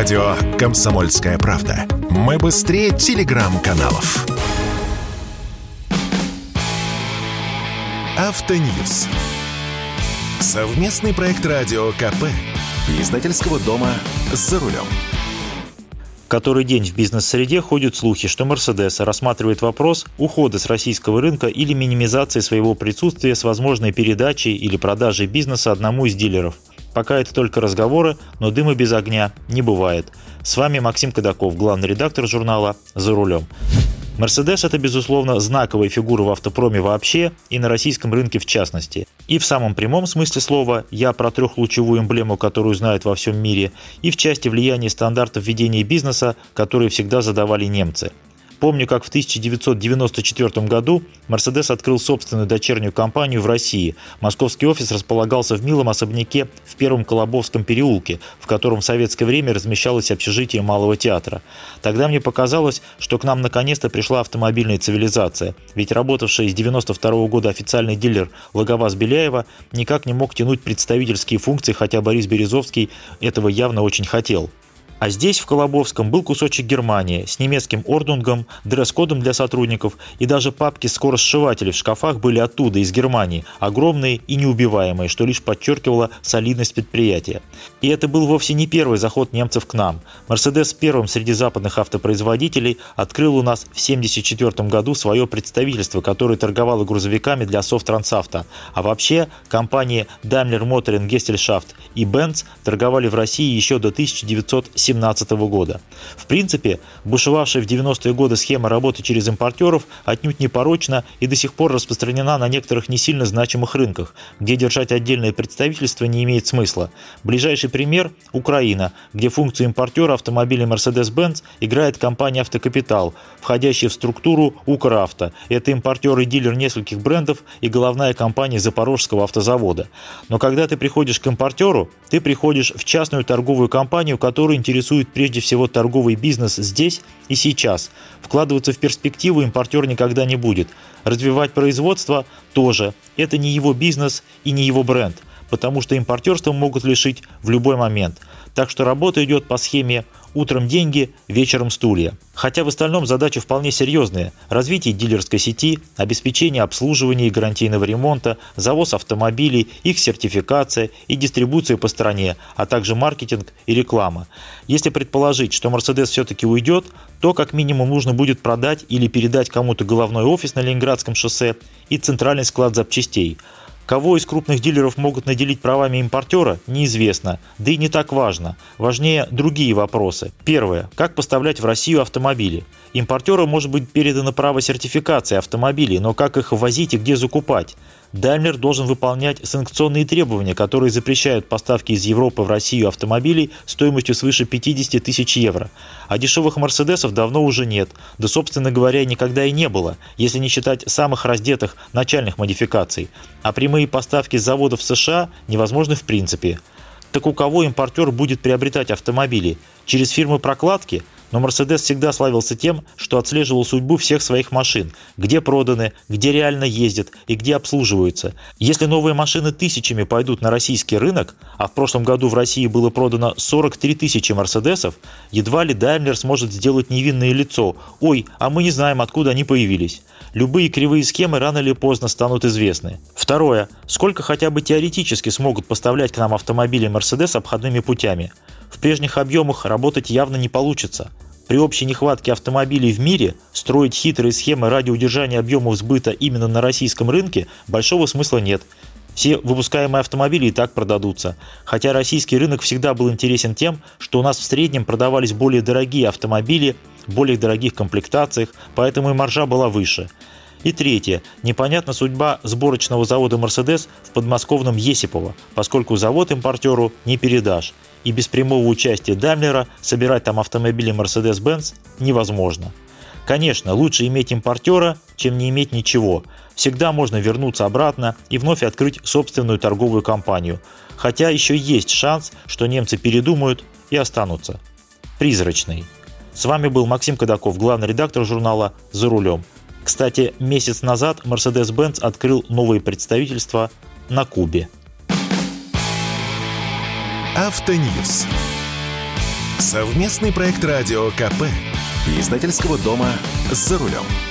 Радио «Комсомольская правда». Мы быстрее телеграм-каналов. Автоньюз. Совместный проект Радио КП. Издательского дома «За рулем». Который день в бизнес-среде ходят слухи, что Mercedes рассматривает вопрос ухода с российского рынка или минимизации своего присутствия с возможной передачей или продажей бизнеса одному из дилеров. Пока это только разговоры, но дыма без огня не бывает. С вами Максим Кадаков, главный редактор журнала «За рулем». Mercedes – это, безусловно, знаковая фигура в автопроме вообще и на российском рынке в частности. И в самом прямом смысле слова я про трехлучевую эмблему, которую знают во всем мире, и в части влияния стандартов ведения бизнеса, которые всегда задавали немцы. Помню, как в 1994 году Mercedes открыл собственную дочернюю компанию в России. Московский офис располагался в милом особняке в Первом Колобовском переулке, в котором в советское время размещалось общежитие Малого театра. Тогда мне показалось, что к нам наконец-то пришла автомобильная цивилизация, ведь работавший с 1992 года официальный дилер ЛоговАЗ-Беляева никак не мог тянуть представительские функции, хотя Борис Березовский этого явно очень хотел. А здесь, в Колобовском, был кусочек Германии с немецким ордунгом, дресс-кодом для сотрудников, и даже папки-скоросшиватели в шкафах были оттуда, из Германии, огромные и неубиваемые, что лишь подчеркивало солидность предприятия. И это был вовсе не первый заход немцев к нам. Mercedes первым среди западных автопроизводителей открыл у нас в 1974 году свое представительство, которое торговало грузовиками для Софтрансавто. А вообще, компании Daimler Motoren Gesellschaft и Benz торговали в России еще до 1917 года. В принципе, бушевавшая в 90-е годы схема работы через импортеров отнюдь не порочна и до сих пор распространена на некоторых не сильно значимых рынках, где держать отдельное представительство не имеет смысла. Ближайший пример – Украина, где функцию импортера автомобилей Mercedes-Benz играет компания «Автокапитал», входящая в структуру «Укравто». Это импортер и дилер нескольких брендов и головная компания Запорожского автозавода. Но когда ты приходишь к импортеру, ты приходишь в частную торговую компанию, которая интересует прежде всего торговый бизнес здесь и сейчас. Вкладываться в перспективу импортер никогда не будет. Развивать производство тоже. Это не его бизнес и не его бренд, потому что импортерства могут лишить в любой момент. Так что работа идет по схеме «утром деньги, вечером стулья». Хотя в остальном задачи вполне серьезные. Развитие дилерской сети, обеспечение обслуживания и гарантийного ремонта, завоз автомобилей, их сертификация и дистрибуция по стране, а также маркетинг и реклама. Если предположить, что Mercedes все-таки уйдет, то как минимум нужно будет продать или передать кому-то головной офис на Ленинградском шоссе и центральный склад запчастей. Кого из крупных дилеров могут наделить правами импортера, неизвестно, да и не так важно. Важнее другие вопросы. Первое. Как поставлять в Россию автомобили? Импортеру может быть передано право сертификации автомобилей, но как их ввозить и где закупать? Daimler должен выполнять санкционные требования, которые запрещают поставки из Европы в Россию автомобилей стоимостью свыше 50 тысяч евро. А дешевых Мерседесов давно уже нет, да, собственно говоря, никогда и не было, если не считать самых раздетых начальных модификаций. А прямые поставки с заводов в США невозможны в принципе. Так у кого импортер будет приобретать автомобили? Через фирмы прокладки? Но Mercedes всегда славился тем, что отслеживал судьбу всех своих машин, где проданы, где реально ездят и где обслуживаются. Если новые машины тысячами пойдут на российский рынок, а в прошлом году в России было продано 43 тысячи Мерседесов, едва ли Daimler сможет сделать невинное лицо: «Ой, а мы не знаем, откуда они появились». Любые кривые схемы рано или поздно станут известны. Второе. Сколько хотя бы теоретически смогут поставлять к нам автомобили Mercedes обходными путями? В прежних объемах работать явно не получится. При общей нехватке автомобилей в мире строить хитрые схемы ради удержания объемов сбыта именно на российском рынке большого смысла нет. Все выпускаемые автомобили и так продадутся. Хотя российский рынок всегда был интересен тем, что у нас в среднем продавались более дорогие автомобили, в более дорогих комплектациях, поэтому и маржа была выше. И третье. Непонятна судьба сборочного завода Mercedes в подмосковном Есипово, поскольку завод импортеру не передашь. И без прямого участия Daimler собирать там автомобили Mercedes-Benz невозможно. Конечно, лучше иметь импортера, чем не иметь ничего. Всегда можно вернуться обратно и вновь открыть собственную торговую компанию. Хотя еще есть шанс, что немцы передумают и останутся. Призрачный. С вами был Максим Кадаков, главный редактор журнала «За рулем». Кстати, месяц назад Mercedes-Benz открыл новые представительства на Кубе. Автоньюз. Совместный проект радио КП. Издательского дома «За рулем».